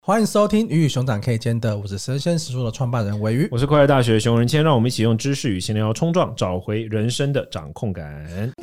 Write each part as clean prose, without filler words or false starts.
欢迎收听鱼与熊掌可以兼得，我是神仙食书的创办人尾鱼， 我是快乐大学熊仁谦，让我们一起用知识与闲聊冲撞，找回人生的掌控感。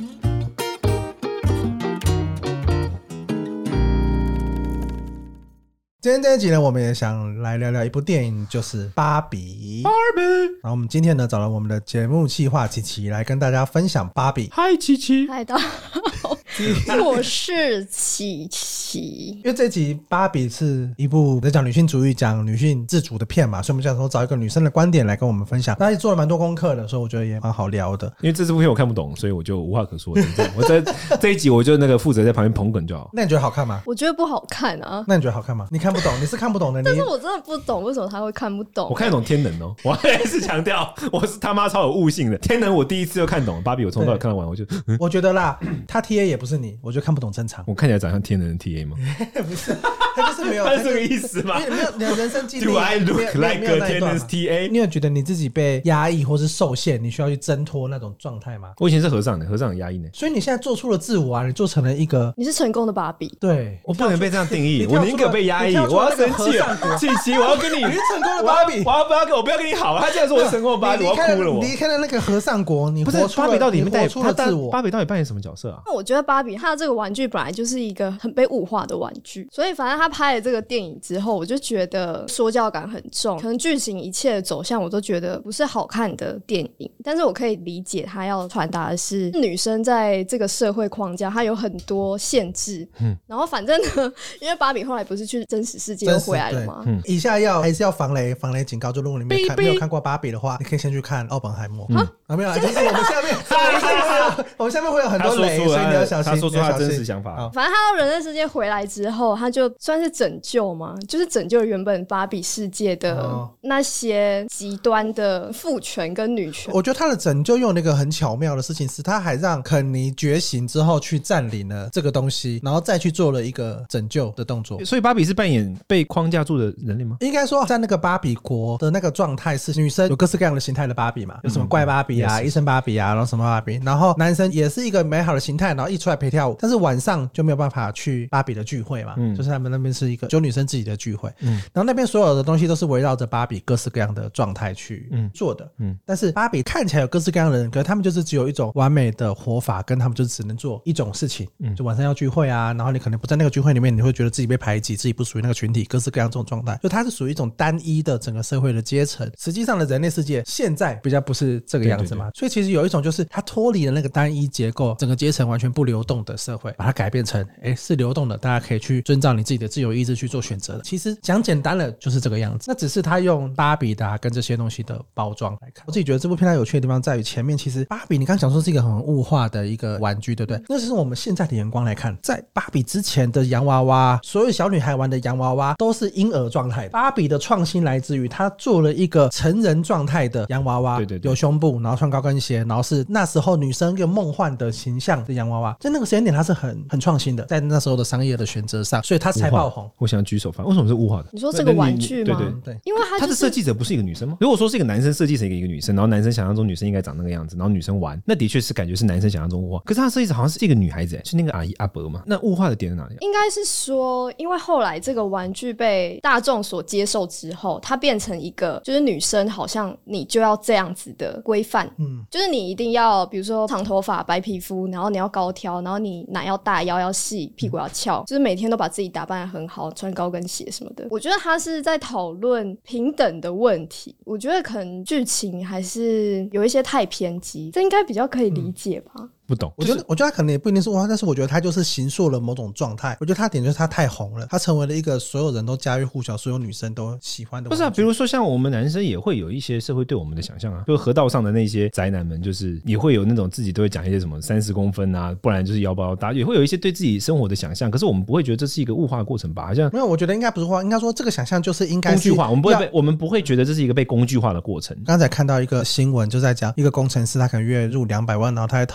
今天这一集呢，我们也想来聊聊一部电影，就是芭比。然后我们今天呢，找了我们的节目企划琪琪来跟大家分享芭比。 嗨，琪琪。 嗨，大家好，我是琪琪。 因为这一集芭比是一部在讲女性主义、讲女性自主的片嘛，所以我们想说找一个女生的观点来跟我们分享。那也做了蛮多功课的，所以我觉得也蛮好聊的。 因为这部片我看不懂，所以我就无话可说。我在这一集我就那个负责在旁边捧梗就好。 那你觉得好看吗？ 我觉得不好看啊。 那你觉得好看吗？你看不懂，你是看不懂的。 但是我真的不懂为什么他会看不懂。 我看得懂天能哦，我还是强调我是他妈超有悟性的。天能我第一次就看懂，芭比我从头到尾看到完，我就我觉得啦，他 TA 也不是你，我就看不懂正常。 我看起来长像天能的 TA 吗？ 不是，他就是没有， 他是这个意思吗？ 没有，你的人生经历。 Do I look like a Tennis TA？ 你有觉得你自己被压抑或是受限，你需要去挣脱那种状态吗？ 我以前是和尚的，和尚很压抑呢。 所以你现在做出了自我啊，你做成了一个， 你是成功的芭比。 对， 我不能被这样定义，我宁可被压抑。我要生气了，琪琪，我要跟你， 你是成功的芭比， 我不要跟你好。他竟然说我是成功的芭比，我要哭了。我离开了那个和尚国，你活出了芭比到底活出了自我。 芭比到底扮演什么角色啊？ 我觉得芭比她的这个玩具本来就是一个很被物化的玩具，所以反正她拍了这个电影之后，我就觉得说教感很重，可能剧情一切的走向我都觉得不是好看的电影。但是我可以理解她要传达的是女生在这个社会框架她有很多限制。然后反正呢，因为芭比后来不是去真实世界又回来了吗？ 以下还是要防雷警告，就如果你没有看过芭比的话，你可以先去看奥本海默。没有啦，就是我们下面会有很多雷，所以你要小心。 他说出他真实想法。 反正他到人类世界回来之后，他就算是拯救嘛，就是拯救原本芭比世界的那些极端的父权跟女权。 我觉得他的拯救用那个很巧妙的事情是，他还让肯尼觉醒之后去占领了这个东西，然后再去做了一个拯救的动作。 所以芭比是扮演被框架住的人类吗？ 应该说在那个芭比国的那个状态是女生有各式各样的形态的芭比嘛，有什么怪芭比啊、医生芭比啊，然后什么芭比，然后男生也是一个美好的形态，然后一出来陪跳舞，但是晚上就没有办法去芭比的聚会嘛，就是他们那边是一个就女生自己的聚会，然后那边所有的东西都是围绕着芭比各式各样的状态去做的，但是芭比看起来有各式各样的人，可是他们就是只有一种完美的活法，跟他们就只能做一种事情，就晚上要聚会啊，然后你可能不在那个聚会里面，你会觉得自己被排挤，自己不属于那个群体，各式各样这种状态，就它是属于一种单一的整个社会的阶层。实际上的人类世界现在比较不是这个样子嘛，对对对，所以其实有一种就是它脱离了那个单一结构，整个阶层完全不流动的社会，把它改变成是流动的，大家可以去遵照你自己的自由意志去做选择的。其实讲简单了就是这个样子，那只是他用芭比的跟这些东西的包装来看。我自己觉得这部片它有趣的地方在于前面其实芭比你刚刚讲说是一个很物化的一个玩具，对不对？那是我们现在的眼光来看，在芭比之前的洋娃娃，所有小女孩玩的洋娃娃都是婴儿状态的。芭比的创新来自于她做了一个成人状态的洋娃娃，对对对，有胸部，然后穿高跟鞋，然后是那时候女生一个梦幻的形象的洋娃娃，在那个时间点它是很创新的，在那时候的商业的选择上，所以它才爆红。 我想举手发问，为什么是物化的？ 你说这个玩具吗？ 对对对，因为它的设计者不是一个女生吗？如果说是一个男生设计成一个女生，然后男生想象中女生应该长那个样子，然后女生玩，那的确是感觉是男生想象中物化。可是他的设计者好像是一个女孩子，是那个阿姨阿伯嘛？那物化的点在哪里？ 应该是说，因为后来这个玩具被大众所接受之后，它变成一个就是女生好像你就要这样子的规范，就是你一定要比如说长头发、白皮肤，然后你要高挑，然后你奶要大、腰要细、屁股要翘，就是每天都把自己打扮得很好，穿高跟鞋什么的。我觉得他是在讨论平等的问题，我觉得可能剧情还是有一些太偏激，这应该比较可以理解吧。 不懂， 我觉得他可能也不一定是物化，但是我觉得他就是形塑了某种状态。我觉得他点就是他太红了，他成为了一个所有人都家喻户晓、所有女生都喜欢的玩具。 不是啊，比如说像我们男生也会有一些社会对我们的想象啊，就是河道上的那些宅男们，就是也会有那种自己都会讲一些什么30公分啊，不然就是腰包要大，也会有一些对自己生活的想象。可是我们不会觉得这是一个物化的过程吧？好像没有，我觉得应该不是化，应该说这个想象就是应该是工具化，我们不会觉得这是一个被工具化的过程。 刚才看到一个新闻，就在讲一个工程师，他可能月入200万，然后他在讨论他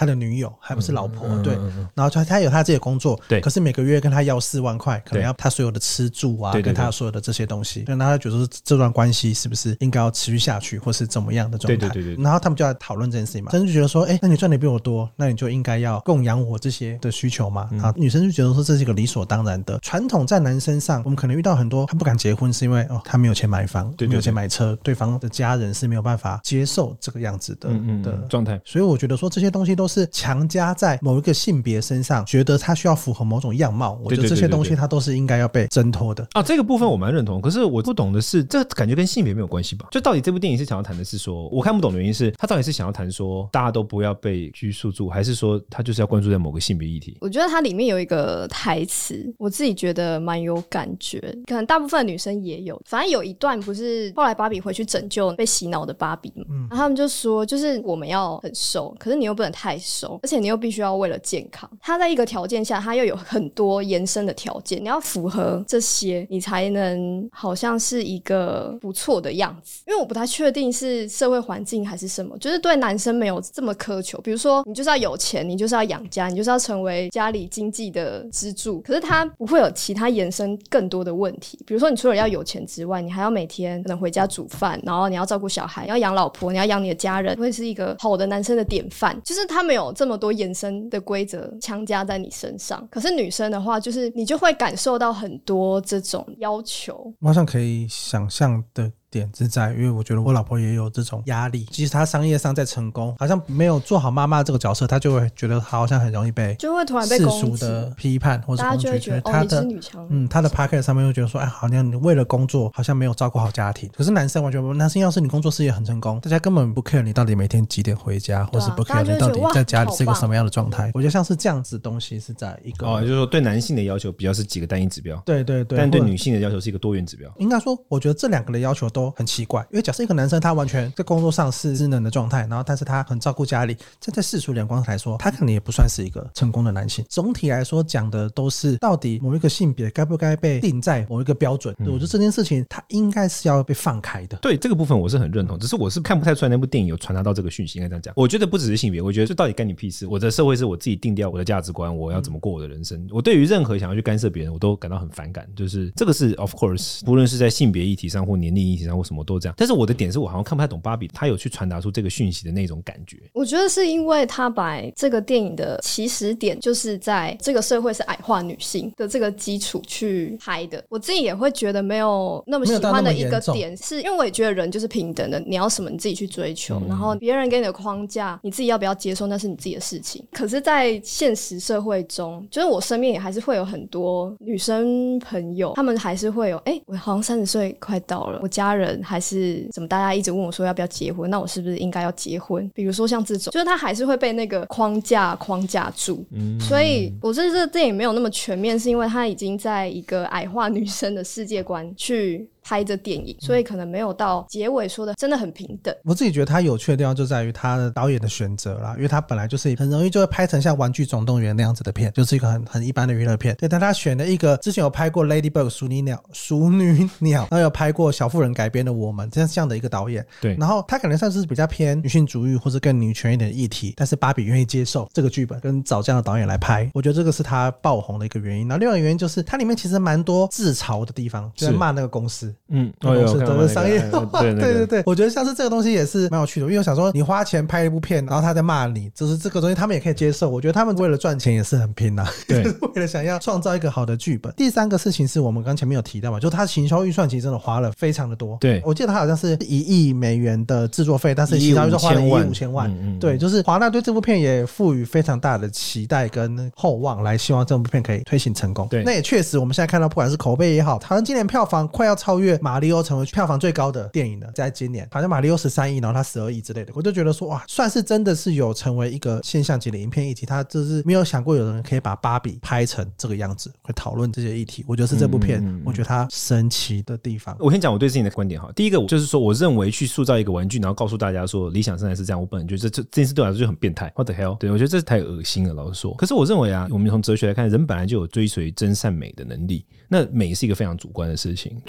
他的女友，还不是老婆，对。然后他有他自己的工作， 对。 可是每个月跟他要4万块，可能要他所有的吃住啊，跟他所有的这些东西，那他觉得这段关系是不是应该要持续下去，或是怎么样的状态？对。然后他们就要讨论这件事情嘛，甚至觉得说，那你赚的比我多，那你就应该要供养我这些的需求嘛。然后女生就觉得说这是一个理所当然的。传统在男生上，我们可能遇到很多他不敢结婚，是因为他没有钱买房，没有钱买车，对方的家人是没有办法接受这个样子的状态。 所以我觉得说这些东西都是强加在某一个性别身上，觉得他需要符合某种样貌。我觉得这些东西它都是应该要被挣脱的。 这个部分我蛮认同。可是我不懂的是，这感觉跟性别没有关系吧？就到底这部电影是想要谈的是说，我看不懂的原因是，他到底是想要谈说大家都不要被拘束住，还是说他就是要关注在某个性别议题？ 我觉得它里面有一个台词，我自己觉得蛮有感觉，可能大部分女生也有。反正有一段不是后来芭比回去拯救被洗脑的芭比嘛，然后他们就说，就是我们要很瘦，可是你又不能太瘦，而且你又必须要为了健康。他在一个条件下，他又有很多延伸的条件，你要符合这些，你才能好像是一个不错的样子。因为我不太确定是社会环境还是什么，就是对男生没有这么苛求。比如说，你就是要有钱，你就是要养家，你就是要成为家里经济的支柱。可是他不会有其他延伸更多的问题。比如说，你除了要有钱之外，你还要每天可能回家煮饭，然后你要照顾小孩，你要养老婆，你要养你的家人，会是一个好的男生的典范。就是他没有这么多延伸的规则强加在你身上。可是女生的话，就是你就会感受到很多这种要求。 我好像可以想象的点是在，因为我觉得我老婆也有这种压力，即使她商业上在成功，好像没有做好妈妈这个角色，她就会觉得好像很容易被就会突然被世俗的批判或者攻击， 大家就会觉得你是女强她的 podcast 上面会觉得说，好像你为了工作好像没有照顾好家庭。可是男生完全不，男生要是你工作事业很成功，大家根本不 care 你到底每天几点回家，或是不 care 你到底在家里是一个什么样的状态。我觉得像是这样子的东西是在一个就是说对男性的要求比较是几个单一指标， 对， 但对女性的要求是一个多元指标。 应该说我觉得这两个的要求都很奇怪，因为假设一个男生他完全在工作上是智能的状态，然后但是他很照顾家里，这在世俗眼光来说他可能也不算是一个成功的男性。总体来说讲的都是到底某一个性别该不该被定在某一个标准，我觉得这件事情它应该是要被放开的。 对，这个部分我是很认同，只是我是看不太出来那部电影有传达到这个讯息，应该这样讲。我觉得不只是性别，我觉得这到底干你屁事，我的社会是我自己定掉我的价值观，我要怎么过我的人生，我对于任何想要去干涉别人我都感到很反感。就是这个是 of course 不论是在性别议题上或年龄议题上或什么都这样。但是我的点是我好像看不太懂芭比他有去传达出这个讯息的那种感觉。 我觉得是因为他把这个电影的起始点就是在这个社会是矮化女性的这个基础去拍的。我自己也会觉得没有那么喜欢的一个点是因为我也觉得人就是平等的，你要什么你自己去追求，然后别人给你的框架你自己要不要接受那是你自己的事情。可是在现实社会中，就是我身边也还是会有很多女生朋友，他们还是会有我好像30岁快到了，我家人还是怎么大家一直问我说要不要结婚，那我是不是应该要结婚，比如说像这种就是他还是会被那个框架住。所以我觉得这个电影没有那么全面，是因为他已经在一个矮化女生的世界观去拍这电影，所以可能没有到结尾说的真的很平等。 我自己觉得他有趣的地方就在于他的导演的选择啦，因为他本来就是很容易就会拍成像玩具总动员那样子的片，就是一个很一般的娱乐片。对，但他选了一个之前有拍过 Ladybug 熟女鸟然后有拍过小妇人改编的我们这样的一个导演。 对， 然后他可能算是比较偏女性主义或是更女权一点的议题，但是芭比愿意接受这个剧本跟找这样的导演来拍，我觉得这个是他爆红的一个原因。然后另外一个原因就是它里面其实蛮多自嘲的地方，就在骂那个公司公司的商业化。对，我觉得像是这个东西也是蛮有趣的，因为我想说你花钱拍一部片然后他在骂你，就是这个东西他们也可以接受，我觉得他们为了赚钱也是很拼啊，对，就是为了想要创造一个好的剧本。第三个事情是我们刚前面有提到嘛，就是他行销预算其实真的花了非常的多。 对， 我记得他好像是1亿美元的制作费，但是行销预算花了1亿5千万。对，就是华纳对这部片也赋予非常大的期待跟厚望，来希望这部片可以推行成功。对，那也确实我们现在看到不管是口碑也好，好像今年票房快要超越马里奥成为票房最高的电影了，在今年好像马里奥13亿，然后他12亿之类的，我就觉得说哇，算是真的是有成为一个现象级的影片议题。他就是没有想过有人可以把芭比拍成这个样子，会讨论这些议题，我觉得是这部片我觉得它神奇的地方。 我先讲我对自己的观点哈，第一个就是说我认为去塑造一个玩具然后告诉大家说理想生态是这样，我本来觉得这件事对我来说就很变态 What the hell， 对，我觉得这太恶心了老实说。可是我认为啊，我们从哲学来看，人本来就有追随真善美的能力，那美是一个非常主观的事情。做一个很简单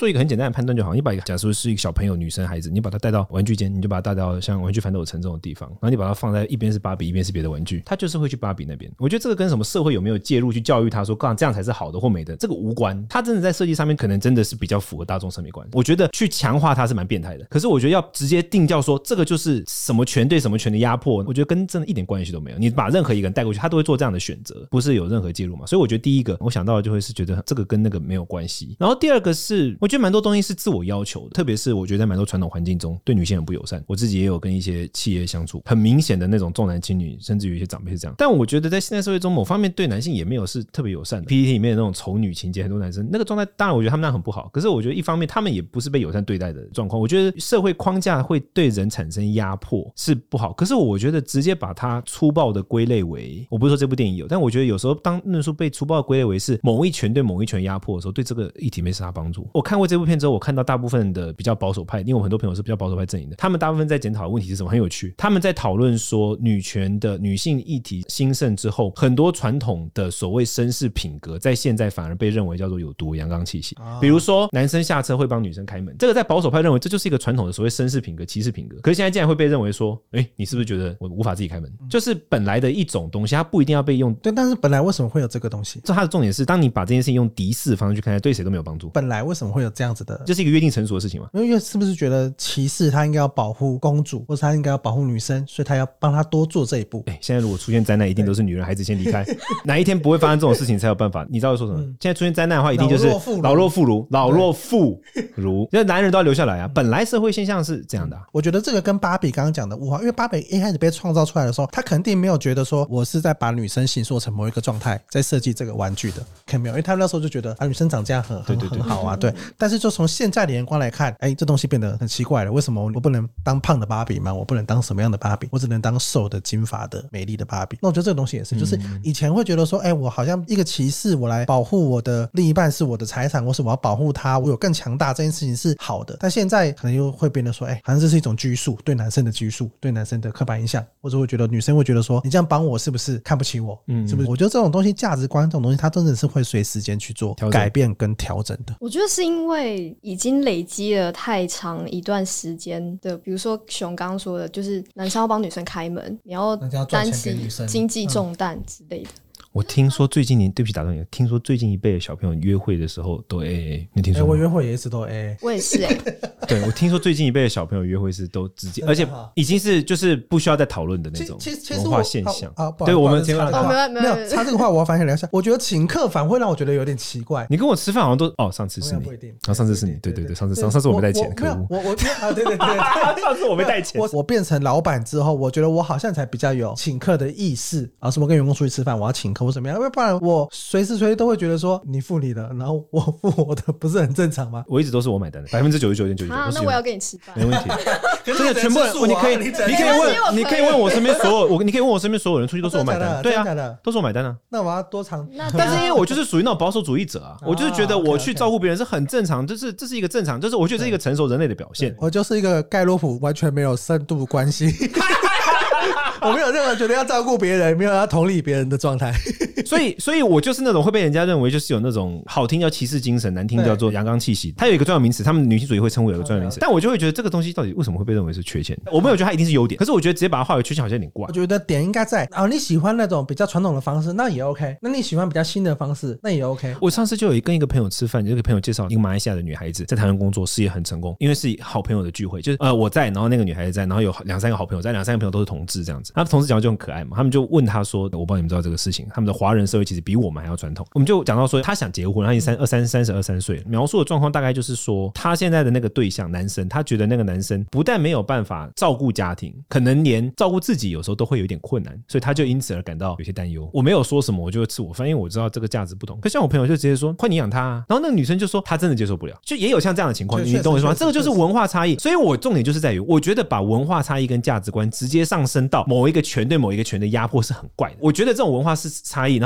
单的判断就好，你把假如是一个小朋友女生孩子，你把她带到玩具间，你就把她带到像玩具反斗城这种地方，然后你把她放在一边是芭比一边是别的玩具，她就是会去芭比那边。我觉得这个跟什么社会有没有介入去教育她说这样才是好的或美的，这个无关。她真的在设计上面可能真的是比较符合大众审美观，我觉得去强化她是蛮变态的。可是我觉得要直接定调说这个就是什么权对什么权的压迫，我觉得跟真的一点关系都没有。你把任何一个人带过去，他都会做这样的选择，不是有任何介入嘛。所以我觉得第一个我想到的就会是觉得这个跟那个没有关系。然后第二个是我觉得蛮多东西是自我要求的，特别是我觉得在蛮多传统环境中对女性很不友善。我自己也有跟一些企业相处，很明显的那种重男轻女，甚至有一些长辈是这样。但我觉得在现代社会中某方面对男性也没有是特别友善的。 PTT 里面的那种丑女情节，很多男生那个状态，当然我觉得他们那很不好，可是我觉得一方面他们也不是被友善对待的状况。我觉得社会框架会对人产生压迫是不好，可是我觉得直接把它粗暴的归类为，我不是说这部电影有，但我觉得有时候当论述被粗暴的归类为是某一拳对某一拳压迫的时候，对这个议题没啥帮助。我看过这部片之后，我看到大部分的比较保守派，因为我很多朋友是比较保守派阵营的，他们大部分在检讨的问题是什么，很有趣。他们在讨论说女权的女性议题兴盛之后，很多传统的所谓绅士品格在现在反而被认为叫做有毒阳刚气息。比如说男生下车会帮女生开门，这个在保守派认为这就是一个传统的所谓绅士品格骑士品格，可是现在竟然会被认为说你是不是觉得我无法自己开门，就是本来的一种东西它不一定要被用。 对，但是本来为什么会有这个东西， 这它的重点是当你把这件事情用敌视的方式去看待，对谁都没有帮助。 本来为什么会有这样子的， 就是一个约定成熟的事情嘛。 因为是不是觉得骑士他应该要保护公主，或者他应该要保护女生，所以他要帮他多做这一步。 现在如果出现灾难一定都是女人孩子先离开哪一天不会发生这种事情才有办法。你知道我说什么现在出现灾难的话一定就是老弱妇孺，就是男人都要留下来啊。本来社会现象是这样的我觉得这个跟芭比刚刚讲的物化，因为芭比一开始被创造出来的时候，他肯定没有觉得说我是在把女生形塑成某一个状态在设计这个玩具的，肯定没有，因为他那时候就觉得女生长这样很好啊，对。但是就从现在的眼光来看，这东西变得很奇怪了。为什么我不能当胖的芭比吗？我不能当什么样的芭比？我只能当瘦的、金发的、美丽的芭比。那我觉得这个东西也是，就是以前会觉得说，我好像一个骑士，我来保护我的另一半是我的财产，或是我要保护他，我有更强大，这件事情是好的。但现在可能又会变得说，好像这是一种拘束，对男生的拘束，对男生的刻板印象，或者会觉得女生会觉得说，你这样帮我是不是看不起我？是不是？我觉得这种东西价值观这种东西，它真的是会随时间去做改变跟调整的。 我觉得是因为已经累积了太长一段时间的，比如说熊刚刚说的，就是男生要帮女生开门，你要担起经济重担之类的。 我听说最近对不起打断你，听说最近一辈的小朋友约会的时候都 AA， 你听说吗？ 我约会也一直都 AA， 我也是对，我听说最近一辈的小朋友约会是都直接，而且已经是就是不需要再讨论的那种文化现象。对，我们没有插这个话，我要反想聊一下。我觉得请客反会让我觉得有点奇怪。 你跟我吃饭好像都上次是你，上次是你，对，上次我没带钱，可恶。 对， 上次我没带钱。 我变成老板之后，我觉得我好像才比较有请客的意识啊，什么跟员工出去吃饭，我要请客。怎么样？不然我随时随地都会觉得说你付你的，然后我付我的，不是很正常吗？ 我一直都是我买单的，99.99%。 那我要跟你吃饭， 没问题。真的，全部人，你可以问我身边所有，你可以问我身边所有人出去都是我买单，对啊，都是我买单啊。 那我要多尝。 但是因为我就是属于那种保守主义者啊，我就是觉得我去照顾别人是很正常，这是一个正常，就是我觉得这是一个成熟人类的表现。 我就是一个盖洛普，完全没有深度关系。我没有任何觉得要照顾别人，没有要同理别人的状态。 所以我就是那种会被人家认为就是有那种好听叫骑士精神，难听叫做阳刚气息。它有一个专有名词，他们女性主义会称为有一个专有名词，但我就会觉得这个东西到底为什么会被认为是缺陷？我没有觉得它一定是优点，可是我觉得直接把它划为缺陷好像有点怪。 我觉得点应该在你喜欢那种比较传统的方式，那也 OK； 那你喜欢比较新的方式，那也 OK。 我上次就有跟一个朋友吃饭，有一个朋友介绍一个马来西亚的女孩子在台湾工作，事业很成功，因为是好朋友的聚会，就是我在，然后那个女孩子在，然后有2-3个好朋友在，2-3个朋友都是同志这样子。他们同志讲就很可爱嘛，他们就问他说：“我不知道你们知道这个事情，他们的华人社会其实比我们还要传统。”我们就讲到说，他想结婚，他已经32、岁了。描述的状况大概就是说，他现在的那个对象男生，他觉得那个男生不但没有办法照顾家庭，可能连照顾自己有时候都会有点困难，所以他就因此而感到有些担忧。我没有说什么，我就吃我饭，因为我知道这个价值不同。可像我朋友就直接说：“快你养他啊！”然后那个女生就说：“她真的接受不了。”就也有像这样的情况，你懂我说吗？这个就是文化差异。所以我重点就是在于，我觉得把文化差异跟价值观直接上升到某一个权对某一个权的压迫是很怪的。我觉得这种文化是差异，然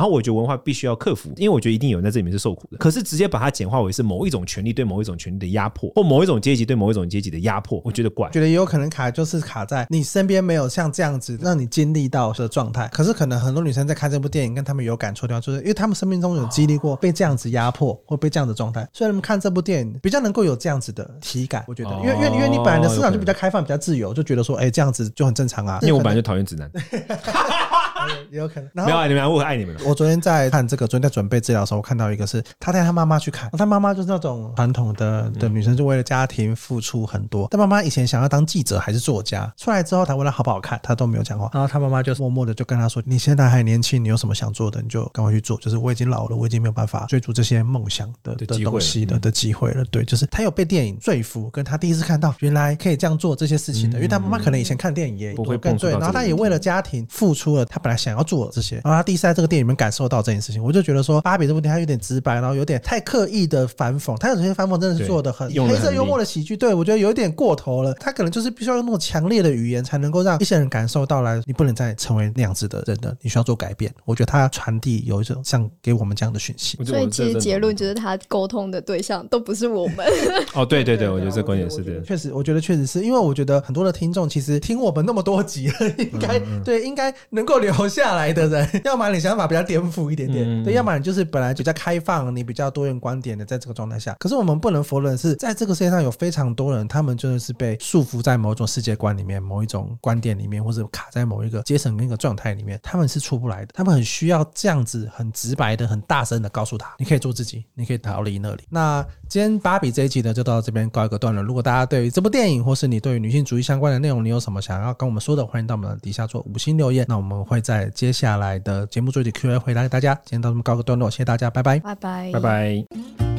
然后我觉得文化必须要克服，因为我觉得一定有人在这里面是受苦的，可是直接把它简化为是某一种权利对某一种权利的压迫，或某一种阶级对某一种阶级的压迫，我觉得怪。 觉得也有可能就是卡在你身边没有像这样子让你经历到的状态，可是可能很多女生在看这部电影跟他们有感触的，就是因为他们生命中有经历过被这样子压迫或被这样的状态，所以他们看这部电影比较能够有这样子的体感。我觉得因为你本来的思想就比较开放比较自由，就觉得说这样子就很正常啊， 因为我本来就讨厌直男也有可能。 没有啊，你们我爱你们了。 我昨天在看这个，昨天在准备资料的时候，我看到一个是他带他妈妈去看，他妈妈就是那种传统的女生，就为了家庭付出很多。但妈妈以前想要当记者还是作家，出来之后他问他好不好看，他都没有讲话。然后他妈妈就默默的就跟他说：“你现在还年轻，你有什么想做的，你就赶快去做。就是我已经老了，我已经没有办法追逐这些梦想的东西的机会了。”对，就是他有被电影说服，跟他第一次看到原来可以这样做这些事情的，因为他妈妈可能以前看电影也不会碰触到这个， 然后他也为了家庭付出了他本来想要做的这些，然后他第一次在这个电影里面感受到这件事情，我就觉得说芭比这部电影它有点直白，然后有点太刻意的反讽，他有些反讽真的是做的很黑色幽默的喜剧，对，我觉得有一点过头了，他可能就是必须要用那种强烈的语言才能够让一些人感受到来，你不能再成为那样子的人了，你需要做改变。我觉得他传递有一种像给我们这样的讯息， 所以其实结论就是他沟通的对象都不是我们哦，对对对，我觉得这观点是的， 确实，我觉得确实是因为我觉得很多的听众其实听我们那么多集了，应该能够留下来的人，要么你想法比较颠覆一点点，对，要么你就是本来比较开放，你比较多元观点的，在这个状态下，可是我们不能否认是在这个世界上有非常多人，他们真的是被束缚在某种世界观里面，某一种观点里面，或者卡在某一个阶层跟一个状态里面，他们是出不来的，他们很需要这样子很直白的很大声的告诉他，你可以做自己，你可以逃离那里。那今天芭比这一集呢就到这边告一个段落，如果大家对于这部电影或是你对于女性主义相关的内容你有什么想要跟我们说的，欢迎到我们底下做5星留言，那我们会在接下来的节目做一点 Q&A 回答给大家。今天到这边告个段落，谢谢大家，拜拜， 拜拜， 拜拜。